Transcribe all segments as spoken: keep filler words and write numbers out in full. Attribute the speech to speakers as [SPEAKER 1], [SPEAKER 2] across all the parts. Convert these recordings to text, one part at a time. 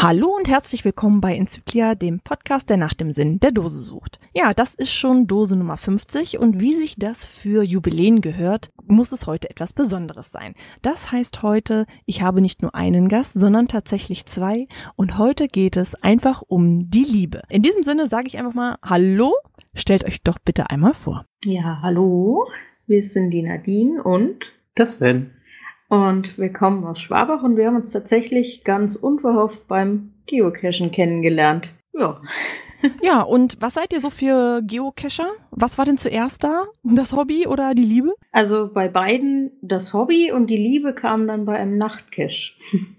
[SPEAKER 1] Hallo und herzlich willkommen bei Enzyklia, dem Podcast, der nach dem Sinn der Dose sucht. Ja, das ist schon Dose Nummer fünfzig und wie sich das für Jubiläen gehört, muss es heute etwas Besonderes sein. Das heißt heute, ich habe nicht nur einen Gast, sondern tatsächlich zwei und heute geht es einfach um die Liebe. In diesem Sinne sage ich einfach mal Hallo, stellt euch doch bitte einmal vor.
[SPEAKER 2] Ja, hallo, wir sind die Nadine und
[SPEAKER 3] das Sven.
[SPEAKER 2] Und wir kommen aus Schwabach und wir haben uns tatsächlich ganz unverhofft beim Geocachen kennengelernt. Ja.
[SPEAKER 1] Ja, und was seid ihr so für Geocacher? Was war denn zuerst da? Das Hobby oder die Liebe?
[SPEAKER 2] Also bei beiden das Hobby und die Liebe kam dann bei einem Nachtcache.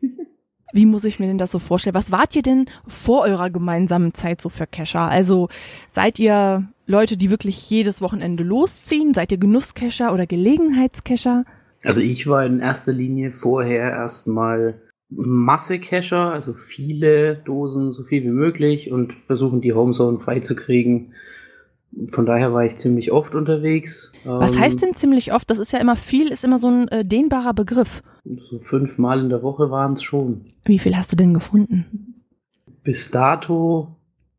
[SPEAKER 1] Wie muss ich mir denn das so vorstellen? Was wart ihr denn vor eurer gemeinsamen Zeit so für Cacher? Also seid ihr Leute, die wirklich jedes Wochenende losziehen? Seid ihr Genusscacher oder Gelegenheitscacher?
[SPEAKER 3] Also ich war in erster Linie vorher erstmal Masse-Cacher, also viele Dosen, so viel wie möglich und versuchen die Homezone freizukriegen. Von daher war ich ziemlich oft unterwegs.
[SPEAKER 1] Was heißt denn ziemlich oft? Das ist ja immer viel, ist immer so ein äh, dehnbarer Begriff.
[SPEAKER 3] So fünfmal in der Woche waren es schon.
[SPEAKER 1] Wie viel hast du denn gefunden?
[SPEAKER 3] Bis dato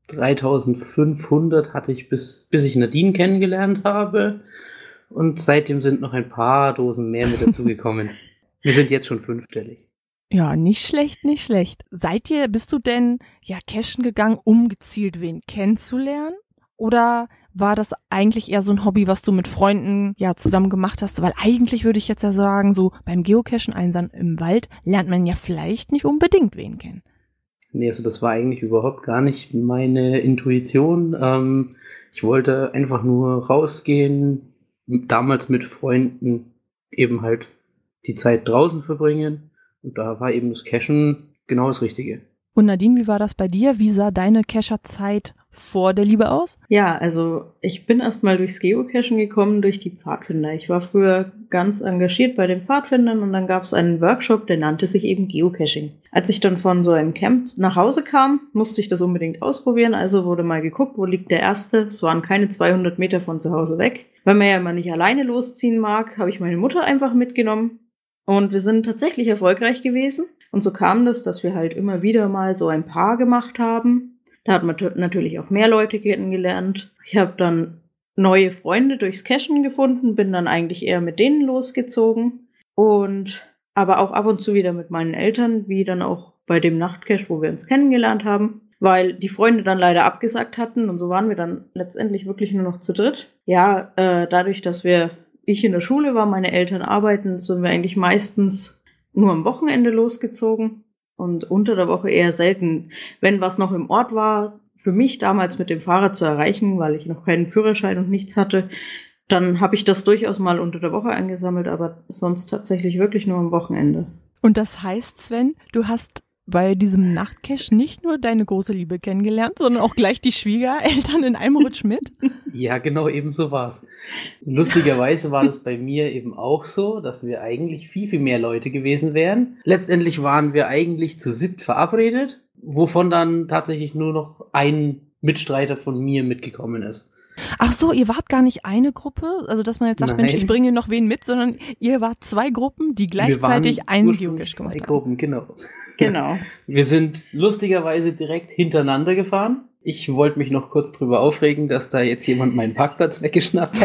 [SPEAKER 3] dreitausendfünfhundert hatte ich, bis, bis ich Nadine kennengelernt habe. Und seitdem sind noch ein paar Dosen mehr mit dazugekommen. Wir sind jetzt schon fünfstellig.
[SPEAKER 1] Ja, nicht schlecht, nicht schlecht. Seid ihr, bist du denn ja cashen gegangen, um gezielt wen kennenzulernen? Oder war das eigentlich eher so ein Hobby, was du mit Freunden ja zusammen gemacht hast? Weil eigentlich würde ich jetzt ja sagen, so beim Geocachen einsam im Wald lernt man ja vielleicht nicht unbedingt wen kennen.
[SPEAKER 3] Nee, also das war eigentlich überhaupt gar nicht meine Intuition. Ähm, ich wollte einfach nur rausgehen, damals mit Freunden eben halt die Zeit draußen verbringen und da war eben das Cachen genau das Richtige.
[SPEAKER 1] Und Nadine, wie war das bei dir? Wie sah deine Cacher-Zeit vor der Liebe aus?
[SPEAKER 2] Ja, also ich bin erstmal durchs Geocachen gekommen, durch die Pfadfinder. Ich war früher ganz engagiert bei den Pfadfindern und dann gab es einen Workshop, der nannte sich eben Geocaching. Als ich dann von so einem Camp nach Hause kam, musste ich das unbedingt ausprobieren, also wurde mal geguckt, wo liegt der erste. Es waren keine zweihundert Meter von zu Hause weg. Weil man ja immer nicht alleine losziehen mag, habe ich meine Mutter einfach mitgenommen und wir sind tatsächlich erfolgreich gewesen. Und so kam das, dass wir halt immer wieder mal so ein Paar gemacht haben. Da hat man t- natürlich auch mehr Leute kennengelernt. Ich habe dann neue Freunde durchs Cachen gefunden, bin dann eigentlich eher mit denen losgezogen. Und aber auch ab und zu wieder mit meinen Eltern, wie dann auch bei dem Nachtcache, wo wir uns kennengelernt haben. Weil die Freunde dann leider abgesagt hatten und so waren wir dann letztendlich wirklich nur noch zu dritt. Ja, äh, dadurch, dass wir, ich in der Schule war, meine Eltern arbeiten, sind wir eigentlich meistens nur am Wochenende losgezogen und unter der Woche eher selten. Wenn was noch im Ort war, für mich damals mit dem Fahrrad zu erreichen, weil ich noch keinen Führerschein und nichts hatte, dann habe ich das durchaus mal unter der Woche angesammelt, aber sonst tatsächlich wirklich nur am Wochenende.
[SPEAKER 1] Und das heißt, Sven, du hast bei diesem Nachtcache nicht nur deine große Liebe kennengelernt, sondern auch gleich die Schwiegereltern in einem Rutsch mit?
[SPEAKER 3] Ja, genau, eben so war's. Lustigerweise war das bei mir eben auch so, dass wir eigentlich viel, viel mehr Leute gewesen wären. Letztendlich waren wir eigentlich zu siebt verabredet, wovon dann tatsächlich nur noch ein Mitstreiter von mir mitgekommen ist.
[SPEAKER 1] Ach so, ihr wart gar nicht eine Gruppe? Also, dass man jetzt sagt, Nein. Mensch, ich bringe noch wen mit, sondern ihr wart zwei Gruppen, die gleichzeitig einen Geocache gemacht haben.
[SPEAKER 3] Zwei Gruppen, genau.
[SPEAKER 2] Genau.
[SPEAKER 3] Wir sind lustigerweise direkt hintereinander gefahren. Ich wollte mich noch kurz drüber aufregen, dass da jetzt jemand meinen Parkplatz weggeschnappt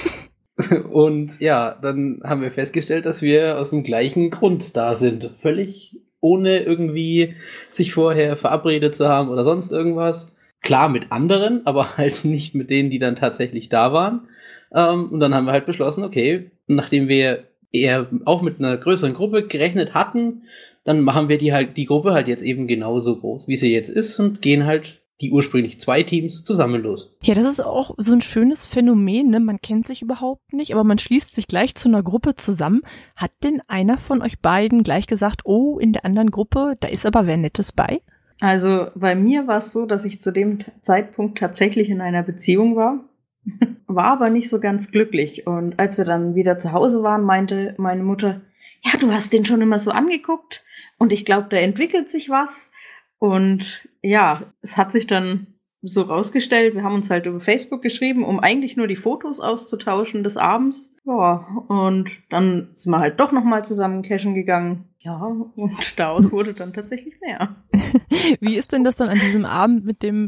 [SPEAKER 3] hat. Und ja, dann haben wir festgestellt, dass wir aus dem gleichen Grund da sind. Völlig ohne irgendwie sich vorher verabredet zu haben oder sonst irgendwas. Klar mit anderen, aber halt nicht mit denen, die dann tatsächlich da waren. Und dann haben wir halt beschlossen, okay, nachdem wir eher auch mit einer größeren Gruppe gerechnet hatten, dann machen wir die halt die Gruppe halt jetzt eben genauso groß, wie sie jetzt ist und gehen halt die ursprünglich zwei Teams zusammen los.
[SPEAKER 1] Ja, das ist auch so ein schönes Phänomen, ne? Man kennt sich überhaupt nicht, aber man schließt sich gleich zu einer Gruppe zusammen. Hat denn einer von euch beiden gleich gesagt, oh, in der anderen Gruppe, da ist aber wer Nettes bei?
[SPEAKER 2] Also bei mir war es so, dass ich zu dem Zeitpunkt tatsächlich in einer Beziehung war, war aber nicht so ganz glücklich. Und als wir dann wieder zu Hause waren, meinte meine Mutter, ja, du hast den schon immer so angeguckt und ich glaube, da entwickelt sich was. Und ja, es hat sich dann so rausgestellt, wir haben uns halt über Facebook geschrieben, um eigentlich nur die Fotos auszutauschen des Abends. Ja, und dann sind wir halt doch nochmal zusammen cashen gegangen. Ja, und daraus wurde dann tatsächlich mehr.
[SPEAKER 1] Wie ist denn das dann an diesem Abend mit dem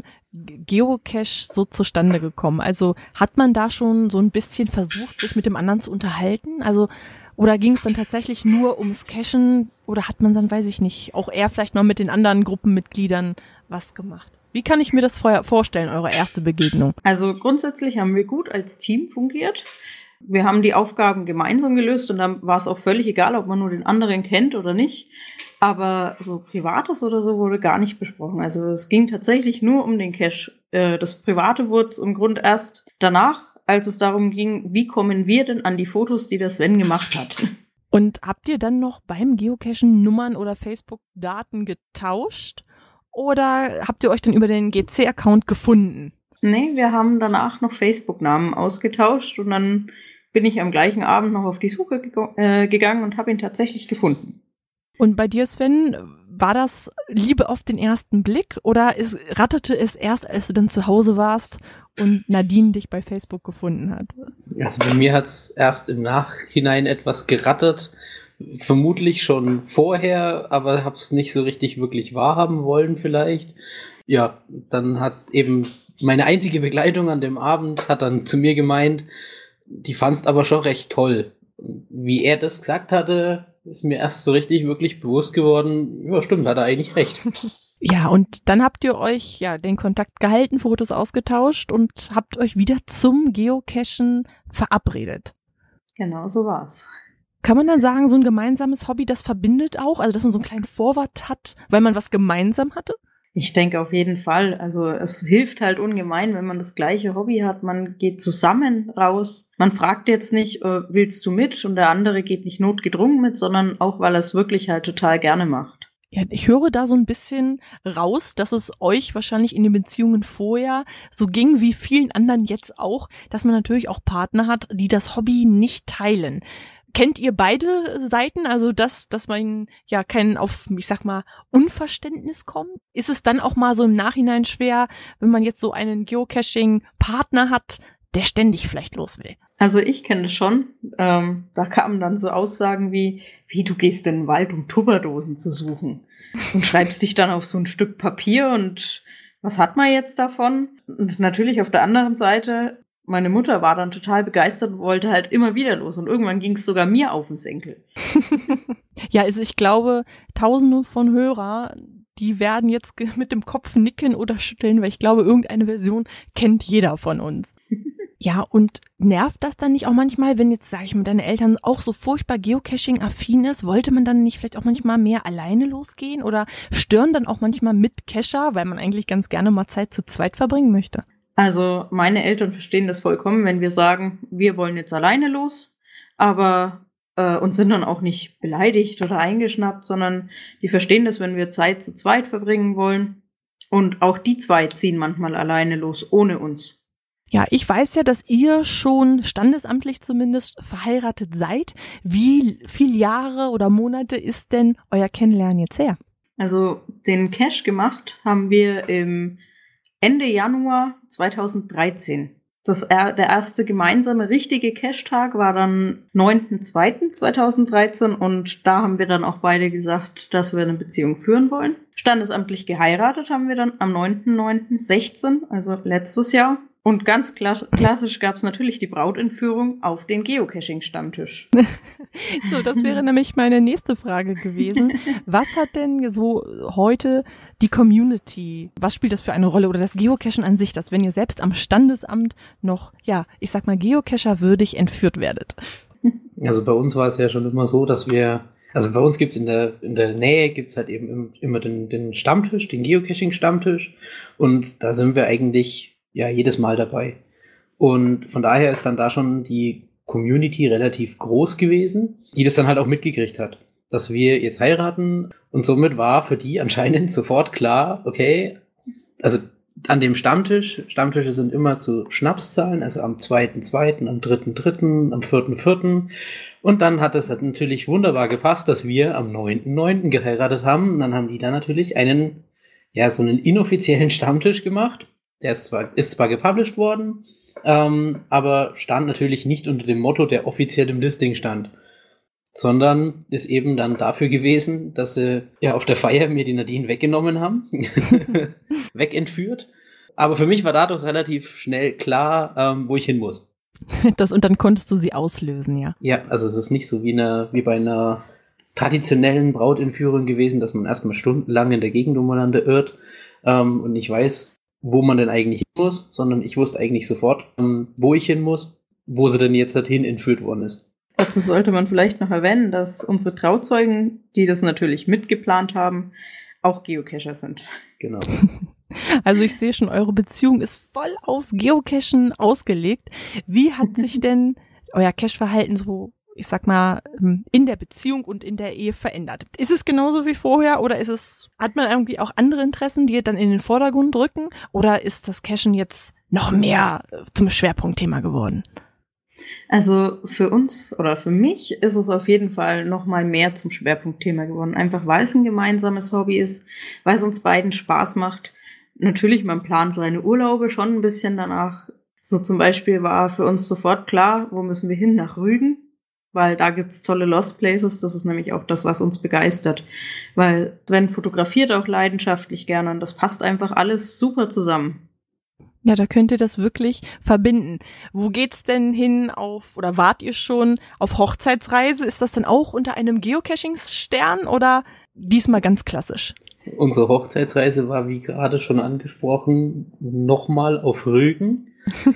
[SPEAKER 1] Geocache so zustande gekommen? Also hat man da schon so ein bisschen versucht, sich mit dem anderen zu unterhalten? Also oder ging es dann tatsächlich nur ums Cachen oder hat man dann, weiß ich nicht, auch eher vielleicht noch mit den anderen Gruppenmitgliedern was gemacht? Wie kann ich mir das vorher vorstellen, eure erste Begegnung?
[SPEAKER 2] Also grundsätzlich haben wir gut als Team fungiert. Wir haben die Aufgaben gemeinsam gelöst und dann war es auch völlig egal, ob man nur den anderen kennt oder nicht. Aber so Privates oder so wurde gar nicht besprochen. Also es ging tatsächlich nur um den Cache. Das Private wurde im Grunde erst danach, als es darum ging, wie kommen wir denn an die Fotos, die der Sven gemacht hat.
[SPEAKER 1] Und habt ihr dann noch beim Geocachen Nummern oder Facebook-Daten getauscht? Oder habt ihr euch dann über den G C-Account gefunden?
[SPEAKER 2] Nee, wir haben danach noch Facebook-Namen ausgetauscht und dann bin ich am gleichen Abend noch auf die Suche ge- äh, gegangen und habe ihn tatsächlich gefunden.
[SPEAKER 1] Und bei dir, Sven, war das Liebe auf den ersten Blick oder es, ratterte es erst, als du dann zu Hause warst und Nadine dich bei Facebook gefunden hat?
[SPEAKER 3] Also bei mir hat es erst im Nachhinein etwas gerattert, vermutlich schon vorher, aber habe es nicht so richtig wirklich wahrhaben wollen vielleicht. Ja, dann hat eben meine einzige Begleitung an dem Abend hat dann zu mir gemeint, die fandst aber schon recht toll. Wie er das gesagt hatte, ist mir erst so richtig wirklich bewusst geworden, ja stimmt, hat er eigentlich recht.
[SPEAKER 1] Ja, und dann habt ihr euch ja den Kontakt gehalten, Fotos ausgetauscht und habt euch wieder zum Geocachen verabredet.
[SPEAKER 2] Genau, so war's.
[SPEAKER 1] Kann man dann sagen, so ein gemeinsames Hobby, das verbindet auch? Also, dass man so einen kleinen Vorwand hat, weil man was gemeinsam hatte?
[SPEAKER 2] Ich denke auf jeden Fall. Also es hilft halt ungemein, wenn man das gleiche Hobby hat. Man geht zusammen raus. Man fragt jetzt nicht, äh, willst du mit? Und der andere geht nicht notgedrungen mit, sondern auch, weil er es wirklich halt total gerne macht.
[SPEAKER 1] Ja, ich höre da so ein bisschen raus, dass es euch wahrscheinlich in den Beziehungen vorher so ging wie vielen anderen jetzt auch, dass man natürlich auch Partner hat, die das Hobby nicht teilen. Kennt ihr beide Seiten, also dass, dass man ja kein auf, ich sag mal, Unverständnis kommt? Ist es dann auch mal so im Nachhinein schwer, wenn man jetzt so einen Geocaching-Partner hat, der ständig vielleicht los will?
[SPEAKER 2] Also ich kenne das schon. Ähm, da kamen dann so Aussagen wie, wie du gehst in den Wald, um Tupperdosen zu suchen und schreibst dich dann auf so ein Stück Papier und was hat man jetzt davon? Und natürlich auf der anderen Seite, meine Mutter war dann total begeistert und wollte halt immer wieder los. Und irgendwann ging es sogar mir auf den Senkel.
[SPEAKER 1] Ja, also ich glaube, tausende von Hörer, die werden jetzt mit dem Kopf nicken oder schütteln, weil ich glaube, irgendeine Version kennt jeder von uns. Ja, und nervt das dann nicht auch manchmal, wenn jetzt, sag ich mal, deine Eltern auch so furchtbar Geocaching-affin ist? Wollte man dann nicht vielleicht auch manchmal mehr alleine losgehen? Oder stören dann auch manchmal mit Cacher, weil man eigentlich ganz gerne mal Zeit zu zweit verbringen möchte?
[SPEAKER 2] Also meine Eltern verstehen das vollkommen, wenn wir sagen, wir wollen jetzt alleine los, aber äh, und sind dann auch nicht beleidigt oder eingeschnappt, sondern die verstehen das, wenn wir Zeit zu zweit verbringen wollen. Und auch die zwei ziehen manchmal alleine los, ohne uns.
[SPEAKER 1] Ja, ich weiß ja, dass ihr schon standesamtlich zumindest verheiratet seid. Wie viele Jahre oder Monate ist denn euer Kennenlernen jetzt her?
[SPEAKER 2] Also den Cache gemacht haben wir im Ende Januar zweitausenddreizehn. Das, der erste gemeinsame richtige Cache-Tag war dann neunter zweiter zweitausenddreizehn und da haben wir dann auch beide gesagt, dass wir eine Beziehung führen wollen. Standesamtlich geheiratet haben wir dann am neunter neunter sechzehn, also letztes Jahr. Und ganz klass- klassisch gab es natürlich die Brautentführung auf den Geocaching-Stammtisch.
[SPEAKER 1] So, das wäre nämlich meine nächste Frage gewesen. Was hat denn so heute die Community, was spielt das für eine Rolle oder das Geocachen an sich, dass wenn ihr selbst am Standesamt noch, ja, ich sag mal, Geocacher würdig entführt werdet?
[SPEAKER 3] Also bei uns war es ja schon immer so, dass wir, also bei uns gibt es in der, in der Nähe gibt es halt eben immer den, den Stammtisch, den Geocaching-Stammtisch und da sind wir eigentlich ja jedes Mal dabei. Und von daher ist dann da schon die Community relativ groß gewesen, die das dann halt auch mitgekriegt hat, dass wir jetzt heiraten und somit war für die anscheinend sofort klar, okay, also an dem Stammtisch, Stammtische sind immer zu Schnapszahlen, also am zweiten zweiten, am dritten dritten, am vierten vierten und dann hat es halt natürlich wunderbar gepasst, dass wir am neunten neunten geheiratet haben und dann haben die da natürlich einen, ja, so einen inoffiziellen Stammtisch gemacht. Der ist zwar, ist zwar gepublished worden, ähm, aber stand natürlich nicht unter dem Motto, der offiziell im Listing stand. sondern ist eben dann dafür gewesen, dass sie ja auf der Feier mir die Nadine weggenommen haben, wegentführt. Aber für mich war dadurch relativ schnell klar, ähm, wo ich hin muss.
[SPEAKER 1] Das, und dann konntest du sie auslösen, ja?
[SPEAKER 3] Ja, also es ist nicht so wie, eine, wie bei einer traditionellen Brautentführung gewesen, dass man erstmal stundenlang in der Gegend umeinander irrt ähm, und nicht weiß, wo man denn eigentlich hin muss, sondern ich wusste eigentlich sofort, ähm, wo ich hin muss, wo sie denn jetzt dorthin entführt worden ist.
[SPEAKER 2] Dazu sollte man vielleicht noch erwähnen, dass unsere Trauzeugen, die das natürlich mitgeplant haben, auch Geocacher sind.
[SPEAKER 3] Genau.
[SPEAKER 1] Also ich sehe schon, eure Beziehung ist voll aufs Geocachen ausgelegt. Wie hat sich denn euer Cache-Verhalten so, ich sag mal, in der Beziehung und in der Ehe verändert? Ist es genauso wie vorher oder ist es, hat man irgendwie auch andere Interessen, die dann in den Vordergrund drücken? Oder ist das Cachen jetzt noch mehr zum Schwerpunktthema geworden?
[SPEAKER 2] Also für uns oder für mich ist es auf jeden Fall noch mal mehr zum Schwerpunktthema geworden. Einfach weil es ein gemeinsames Hobby ist, weil es uns beiden Spaß macht. Natürlich, man plant seine Urlaube schon ein bisschen danach. So zum Beispiel war für uns sofort klar, wo müssen wir hin? Nach Rügen, weil da gibt's tolle Lost Places. Das ist nämlich auch das, was uns begeistert. Weil Sven fotografiert auch leidenschaftlich gerne und das passt einfach alles super zusammen.
[SPEAKER 1] Ja, da könnt ihr das wirklich verbinden. Wo geht's denn hin auf, oder wart ihr schon auf Hochzeitsreise? Ist das dann auch unter einem Geocaching-Stern oder diesmal ganz klassisch?
[SPEAKER 3] Unsere Hochzeitsreise war, wie gerade schon angesprochen, nochmal auf Rügen.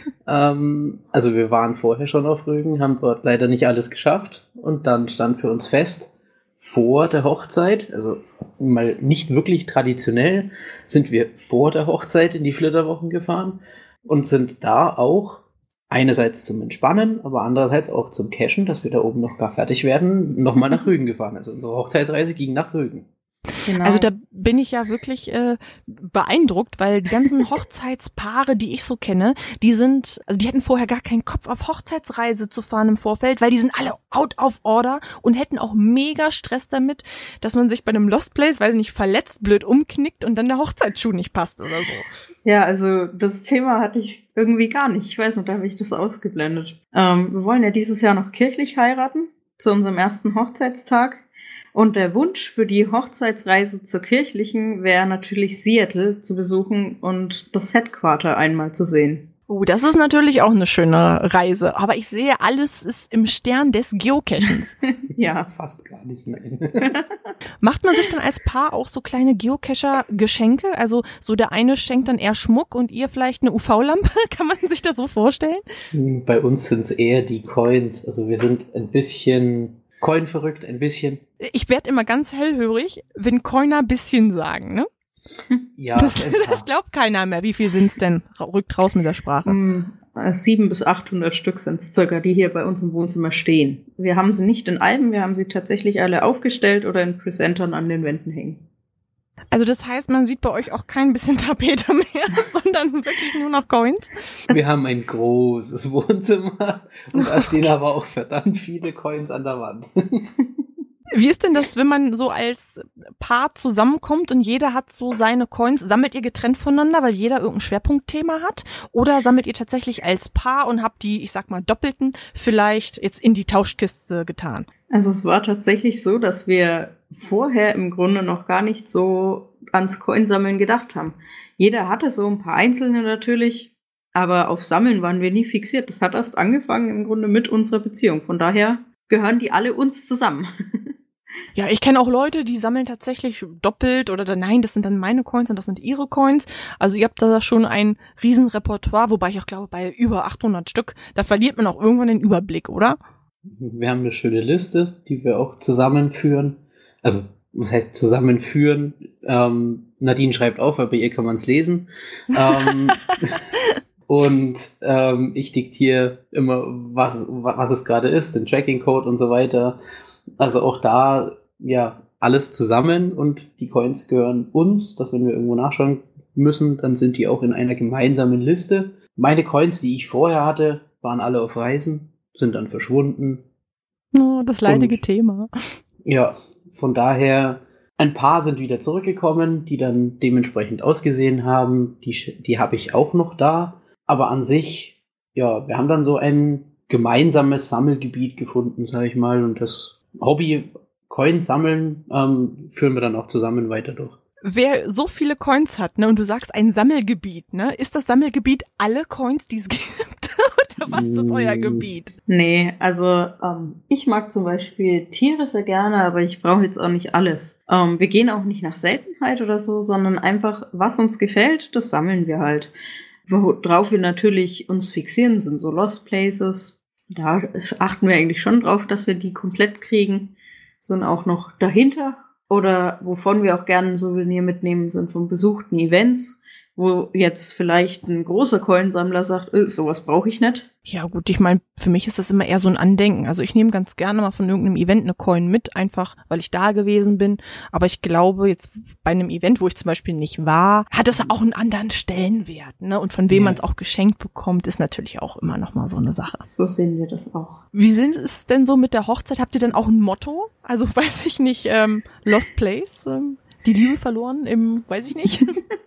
[SPEAKER 3] ähm, also wir waren vorher schon auf Rügen, haben dort leider nicht alles geschafft und dann stand für uns fest, vor der Hochzeit, also mal nicht wirklich traditionell, sind wir vor der Hochzeit in die Flitterwochen gefahren und sind da auch einerseits zum Entspannen, aber andererseits auch zum Cashen, dass wir da oben noch gar fertig werden, nochmal nach Rügen gefahren. Also unsere Hochzeitsreise ging nach Rügen.
[SPEAKER 2] Genau.
[SPEAKER 1] Also da bin ich ja wirklich äh, beeindruckt, weil die ganzen Hochzeitspaare, die ich so kenne, die sind, also die hätten vorher gar keinen Kopf auf Hochzeitsreise zu fahren im Vorfeld, weil die sind alle out of order und hätten auch mega Stress damit, dass man sich bei einem Lost Place, weiß ich nicht, verletzt, blöd umknickt und dann der Hochzeitsschuh nicht passt oder so.
[SPEAKER 2] Ja, also das Thema hatte ich irgendwie gar nicht. Ich weiß nicht, da habe ich das ausgeblendet. Ähm, wir wollen ja dieses Jahr noch kirchlich heiraten, zu unserem ersten Hochzeitstag. Und der Wunsch für die Hochzeitsreise zur kirchlichen wäre natürlich Seattle zu besuchen und das Headquarter einmal zu sehen.
[SPEAKER 1] Oh, das ist natürlich auch eine schöne Reise. Aber ich sehe, alles ist im Stern des Geocachens.
[SPEAKER 2] Ja,
[SPEAKER 3] fast gar nicht, nein.
[SPEAKER 1] Macht man sich dann als Paar auch so kleine Geocacher-Geschenke? Also so der eine schenkt dann eher Schmuck und ihr vielleicht eine U V-Lampe? Kann man sich das so vorstellen?
[SPEAKER 3] Bei uns sind es eher die Coins. Also wir sind ein bisschen Coin verrückt, ein bisschen.
[SPEAKER 1] Ich werde immer ganz hellhörig, wenn Coiner bisschen sagen, ne?
[SPEAKER 3] Ja,
[SPEAKER 1] das, das glaubt keiner mehr. Wie viel sind's denn? Rückt raus mit der Sprache.
[SPEAKER 2] Sieben bis achthundert Stück sind's circa, die hier bei uns im Wohnzimmer stehen. Wir haben sie nicht in Alben, wir haben sie tatsächlich alle aufgestellt oder in Presentern an den Wänden hängen.
[SPEAKER 1] Also das heißt, man sieht bei euch auch kein bisschen Tapete mehr, sondern wirklich nur noch Coins?
[SPEAKER 3] Wir haben ein großes Wohnzimmer und da stehen okay. aber auch verdammt viele Coins an der Wand.
[SPEAKER 1] Wie ist denn das, wenn man so als Paar zusammenkommt und jeder hat so seine Coins? Sammelt ihr getrennt voneinander, weil jeder irgendein Schwerpunktthema hat? Oder sammelt ihr tatsächlich als Paar und habt die, ich sag mal, Doppelten vielleicht jetzt in die Tauschkiste getan?
[SPEAKER 2] Also es war tatsächlich so, dass wir vorher im Grunde noch gar nicht so ans Coinsammeln gedacht haben. Jeder hatte so ein paar einzelne natürlich, aber auf Sammeln waren wir nie fixiert. Das hat erst angefangen im Grunde mit unserer Beziehung. Von daher gehören die alle uns zusammen.
[SPEAKER 1] Ja, ich kenne auch Leute, die sammeln tatsächlich doppelt oder dann, nein, das sind dann meine Coins und das sind ihre Coins. Also ihr habt da schon ein Riesenrepertoire, wobei ich auch glaube, bei über achthundert Stück, da verliert man auch irgendwann den Überblick, oder?
[SPEAKER 3] Wir haben eine schöne Liste, die wir auch zusammenführen. Also, was heißt zusammenführen? Ähm, Nadine schreibt auf, weil bei ihr kann man es lesen. ähm, und ähm, ich diktiere immer, was, was es gerade ist, den Tracking-Code und so weiter. Also auch da, ja, alles zusammen und die Coins gehören uns, dass wenn wir irgendwo nachschauen müssen, dann sind die auch in einer gemeinsamen Liste. Meine Coins, die ich vorher hatte, waren alle auf Reisen, sind dann verschwunden.
[SPEAKER 1] Oh, das leidige und, Thema.
[SPEAKER 3] Ja, von daher, ein paar sind wieder zurückgekommen, die dann dementsprechend ausgesehen haben. Die, die habe ich auch noch da. Aber an sich, ja, wir haben dann so ein gemeinsames Sammelgebiet gefunden, sage ich mal. Und das Hobby Coins sammeln, ähm, führen wir dann auch zusammen weiter durch.
[SPEAKER 1] Wer so viele Coins hat, ne, und du sagst ein Sammelgebiet, ne, ist das Sammelgebiet alle Coins, die es gibt? Oder was ist euer Gebiet?
[SPEAKER 2] Nee, also ähm, ich mag zum Beispiel Tiere sehr gerne, aber ich brauche jetzt auch nicht alles. Ähm, wir gehen auch nicht nach Seltenheit oder so, sondern einfach, was uns gefällt, das sammeln wir halt. Worauf wir natürlich uns fixieren, sind so Lost Places. Da achten wir eigentlich schon drauf, dass wir die komplett kriegen. Sind auch noch dahinter. Oder wovon wir auch gerne ein Souvenir mitnehmen, sind von besuchten Events, wo jetzt vielleicht ein großer Coinsammler sagt, äh, sowas brauche ich nicht.
[SPEAKER 1] Ja gut, ich meine, für mich ist das immer eher so ein Andenken. Also ich nehme ganz gerne mal von irgendeinem Event eine Coin mit, einfach weil ich da gewesen bin. Aber ich glaube, jetzt bei einem Event, wo ich zum Beispiel nicht war, hat es auch einen anderen Stellenwert. Ne? Und von wem
[SPEAKER 3] Ja.
[SPEAKER 1] man es auch geschenkt bekommt, ist natürlich auch immer noch mal so eine Sache.
[SPEAKER 2] So sehen wir das auch.
[SPEAKER 1] Wie sind es denn so mit der Hochzeit? Habt ihr denn auch ein Motto? Also weiß ich nicht, ähm, Lost Place, ähm, die Liebe verloren im, weiß ich nicht.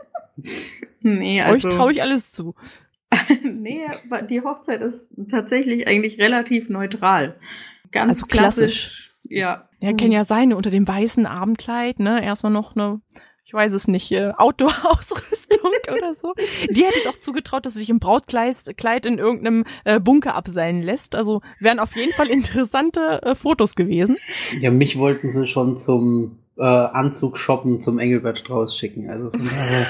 [SPEAKER 2] Nee, also,
[SPEAKER 1] Euch traue ich alles zu.
[SPEAKER 2] nee, aber die Hochzeit ist tatsächlich eigentlich relativ neutral. Ganz
[SPEAKER 1] Also klassisch.
[SPEAKER 2] klassisch. Ja.
[SPEAKER 1] Ja, kann ja sein, unter dem weißen Abendkleid, ne, erstmal noch eine, ich weiß es nicht, äh, Outdoor-Ausrüstung oder so. Die hätte es auch zugetraut, dass sie sich im Brautkleid Kleid in irgendeinem äh, Bunker abseilen lässt. Also wären auf jeden Fall interessante äh, Fotos gewesen.
[SPEAKER 3] Ja, mich wollten sie schon zum äh, Anzug shoppen zum Engelbert Strauß schicken. Also von daher.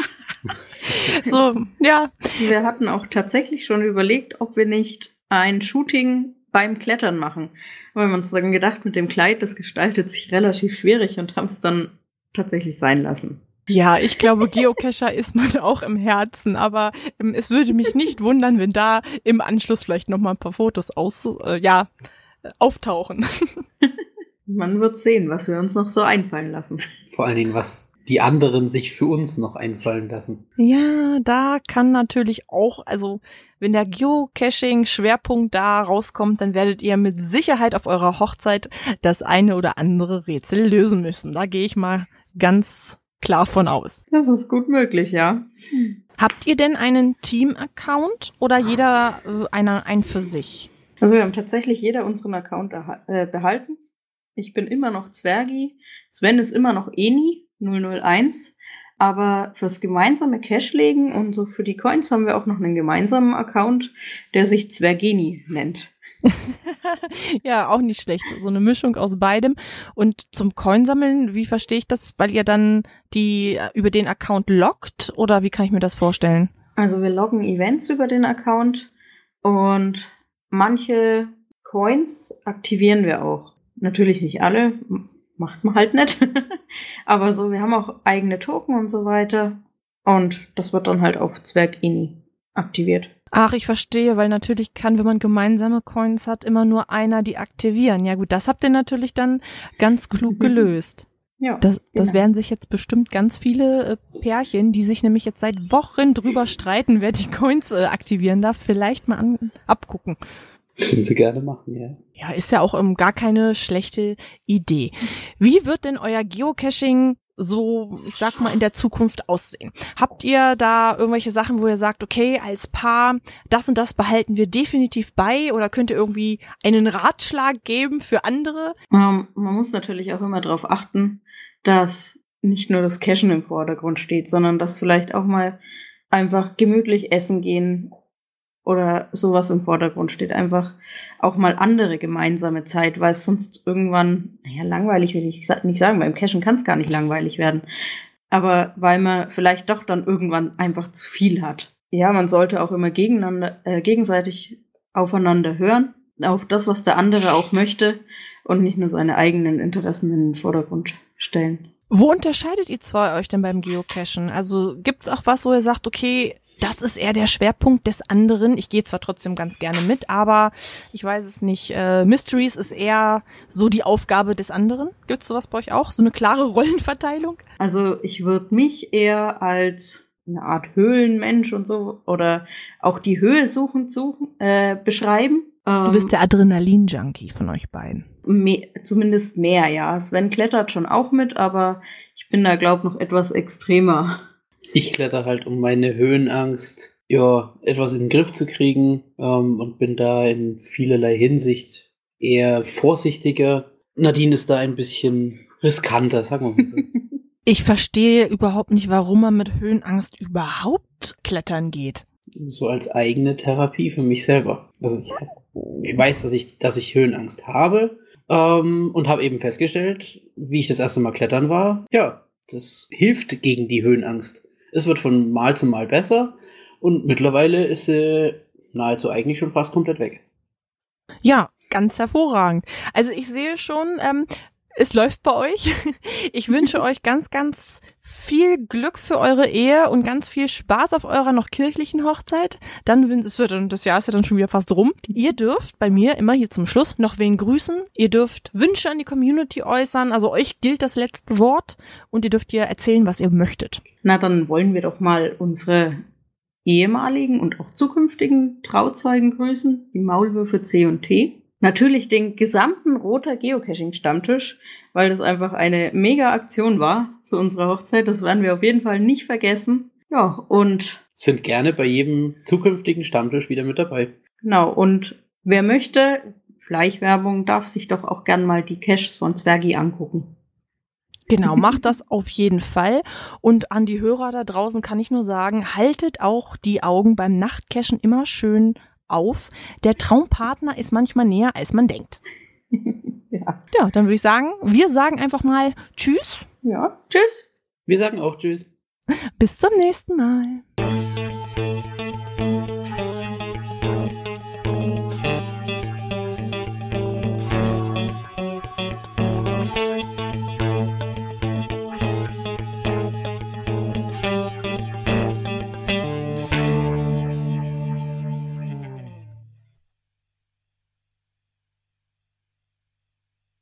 [SPEAKER 1] So, ja.
[SPEAKER 2] Wir hatten auch tatsächlich schon überlegt, ob wir nicht ein Shooting beim Klettern machen. Aber wir haben uns dann gedacht, mit dem Kleid, das gestaltet sich relativ schwierig und haben es dann tatsächlich sein lassen.
[SPEAKER 1] Ja, ich glaube, Geocacher ist man auch im Herzen, aber ähm, es würde mich nicht wundern, wenn da im Anschluss vielleicht noch mal ein paar Fotos aus, äh, ja, auftauchen.
[SPEAKER 2] Man wird sehen, was wir uns noch so einfallen lassen.
[SPEAKER 3] Vor allen Dingen, was die anderen sich für uns noch einfallen lassen.
[SPEAKER 1] Ja, da kann natürlich auch, also wenn der Geocaching-Schwerpunkt da rauskommt, dann werdet ihr mit Sicherheit auf eurer Hochzeit das eine oder andere Rätsel lösen müssen. Da gehe ich mal ganz klar von aus.
[SPEAKER 2] Das ist gut möglich, ja.
[SPEAKER 1] Habt ihr denn einen Team-Account oder jeder äh, einer ein für sich?
[SPEAKER 2] Also wir haben tatsächlich jeder unseren Account erha- äh, behalten. Ich bin immer noch Zwergi. Sven ist immer noch Eni null null eins. Aber fürs gemeinsame Cache-Legen und so für die Coins haben wir auch noch einen gemeinsamen Account, der sich Zwergeni nennt.
[SPEAKER 1] Ja, auch nicht schlecht. So eine Mischung aus beidem. Und zum Coinsammeln, wie verstehe ich das? Weil ihr dann die über den Account loggt oder wie kann ich mir das vorstellen?
[SPEAKER 2] Also wir loggen Events über den Account und manche Coins aktivieren wir auch. Natürlich nicht alle, macht man halt nicht. Aber so, wir haben auch eigene Token und so weiter. Und das wird dann halt auf Zwergini aktiviert.
[SPEAKER 1] Ach, ich verstehe, weil natürlich kann, wenn man gemeinsame Coins hat, immer nur einer die aktivieren. Ja gut, das habt ihr natürlich dann ganz klug gelöst.
[SPEAKER 2] Ja,
[SPEAKER 1] Das, das
[SPEAKER 2] genau.
[SPEAKER 1] werden sich jetzt bestimmt ganz viele äh, Pärchen, die sich nämlich jetzt seit Wochen drüber streiten, wer die Coins äh, aktivieren darf, vielleicht mal an, abgucken.
[SPEAKER 3] Können Sie gerne machen, ja.
[SPEAKER 1] Ja, ist ja auch ähm, gar keine schlechte Idee. Wie wird denn euer Geocaching so, ich sag mal, in der Zukunft aussehen? Habt ihr da irgendwelche Sachen, wo ihr sagt, okay, als Paar, das und das behalten wir definitiv bei, oder könnt ihr irgendwie einen Ratschlag geben für andere?
[SPEAKER 2] Ähm, man muss natürlich auch immer darauf achten, dass nicht nur das Cashen im Vordergrund steht, sondern dass vielleicht auch mal einfach gemütlich essen gehen oder sowas im Vordergrund steht. Einfach auch mal andere gemeinsame Zeit, weil es sonst irgendwann, naja, langweilig will ich nicht sagen, beim Cashen kann es gar nicht langweilig werden. Aber weil man vielleicht doch dann irgendwann einfach zu viel hat. Ja, man sollte auch immer gegeneinander, äh, gegenseitig aufeinander hören, auf das, was der andere auch möchte und nicht nur seine eigenen Interessen in den Vordergrund stellen.
[SPEAKER 1] Wo unterscheidet ihr zwei euch denn beim Geocachen? Also gibt's auch was, wo ihr sagt, okay, das ist eher der Schwerpunkt des anderen. Ich gehe zwar trotzdem ganz gerne mit, aber ich weiß es nicht. Äh, Mysteries ist eher so die Aufgabe des anderen. Gibt's sowas bei euch auch? So eine klare Rollenverteilung?
[SPEAKER 2] Also ich würde mich eher als eine Art Höhlenmensch und so oder auch die Höhe suchend suchen, äh, beschreiben.
[SPEAKER 1] Du bist der Adrenalin-Junkie von euch beiden.
[SPEAKER 2] Me- zumindest mehr, ja. Sven klettert schon auch mit, aber ich bin da, glaube ich, noch etwas extremer.
[SPEAKER 3] Ich kletter halt, um meine Höhenangst ja etwas in den Griff zu kriegen ähm, und bin da in vielerlei Hinsicht eher vorsichtiger Nadine ist da ein bisschen riskanter, sagen wir mal so.
[SPEAKER 1] Ich verstehe überhaupt nicht, warum man mit Höhenangst überhaupt klettern geht.
[SPEAKER 3] So als eigene Therapie für mich selber. Also ich, ich weiß, dass ich, dass ich Höhenangst habe ähm, und habe eben festgestellt, wie ich das erste Mal klettern war, ja, das hilft gegen die Höhenangst. Es wird von Mal zu Mal besser und mittlerweile ist sie nahezu eigentlich schon fast komplett weg.
[SPEAKER 1] Ja, ganz hervorragend. Also ich sehe schon, ähm, es läuft bei euch. Ich wünsche euch ganz, ganz viel Glück für eure Ehe und ganz viel Spaß auf eurer noch kirchlichen Hochzeit. Dann, es wird, das Jahr ist ja dann schon wieder fast rum. Ihr dürft bei mir immer hier zum Schluss noch wen grüßen. Ihr dürft Wünsche an die Community äußern. Also euch gilt das letzte Wort und ihr dürft ihr erzählen, was ihr möchtet.
[SPEAKER 2] Na, dann wollen wir doch mal unsere ehemaligen und auch zukünftigen Trauzeugen grüßen, die Maulwürfe C und T. Natürlich den gesamten Roter Geocaching-Stammtisch, weil das einfach eine mega Aktion war zu unserer Hochzeit. Das werden wir auf jeden Fall nicht vergessen. Ja, und
[SPEAKER 3] sind gerne bei jedem zukünftigen Stammtisch wieder mit dabei.
[SPEAKER 2] Genau, und wer möchte, Schleichwerbung, darf sich doch auch gern mal die Caches von Zwergi angucken.
[SPEAKER 1] Genau, macht das auf jeden Fall. Und an die Hörer da draußen kann ich nur sagen, haltet auch die Augen beim Nachtcachen immer schön auf. Der Traumpartner ist manchmal näher, als man denkt.
[SPEAKER 2] Ja.
[SPEAKER 1] Ja, dann würde ich sagen, wir sagen einfach mal Tschüss.
[SPEAKER 2] Ja, tschüss.
[SPEAKER 3] Wir sagen auch Tschüss.
[SPEAKER 1] Bis zum nächsten Mal.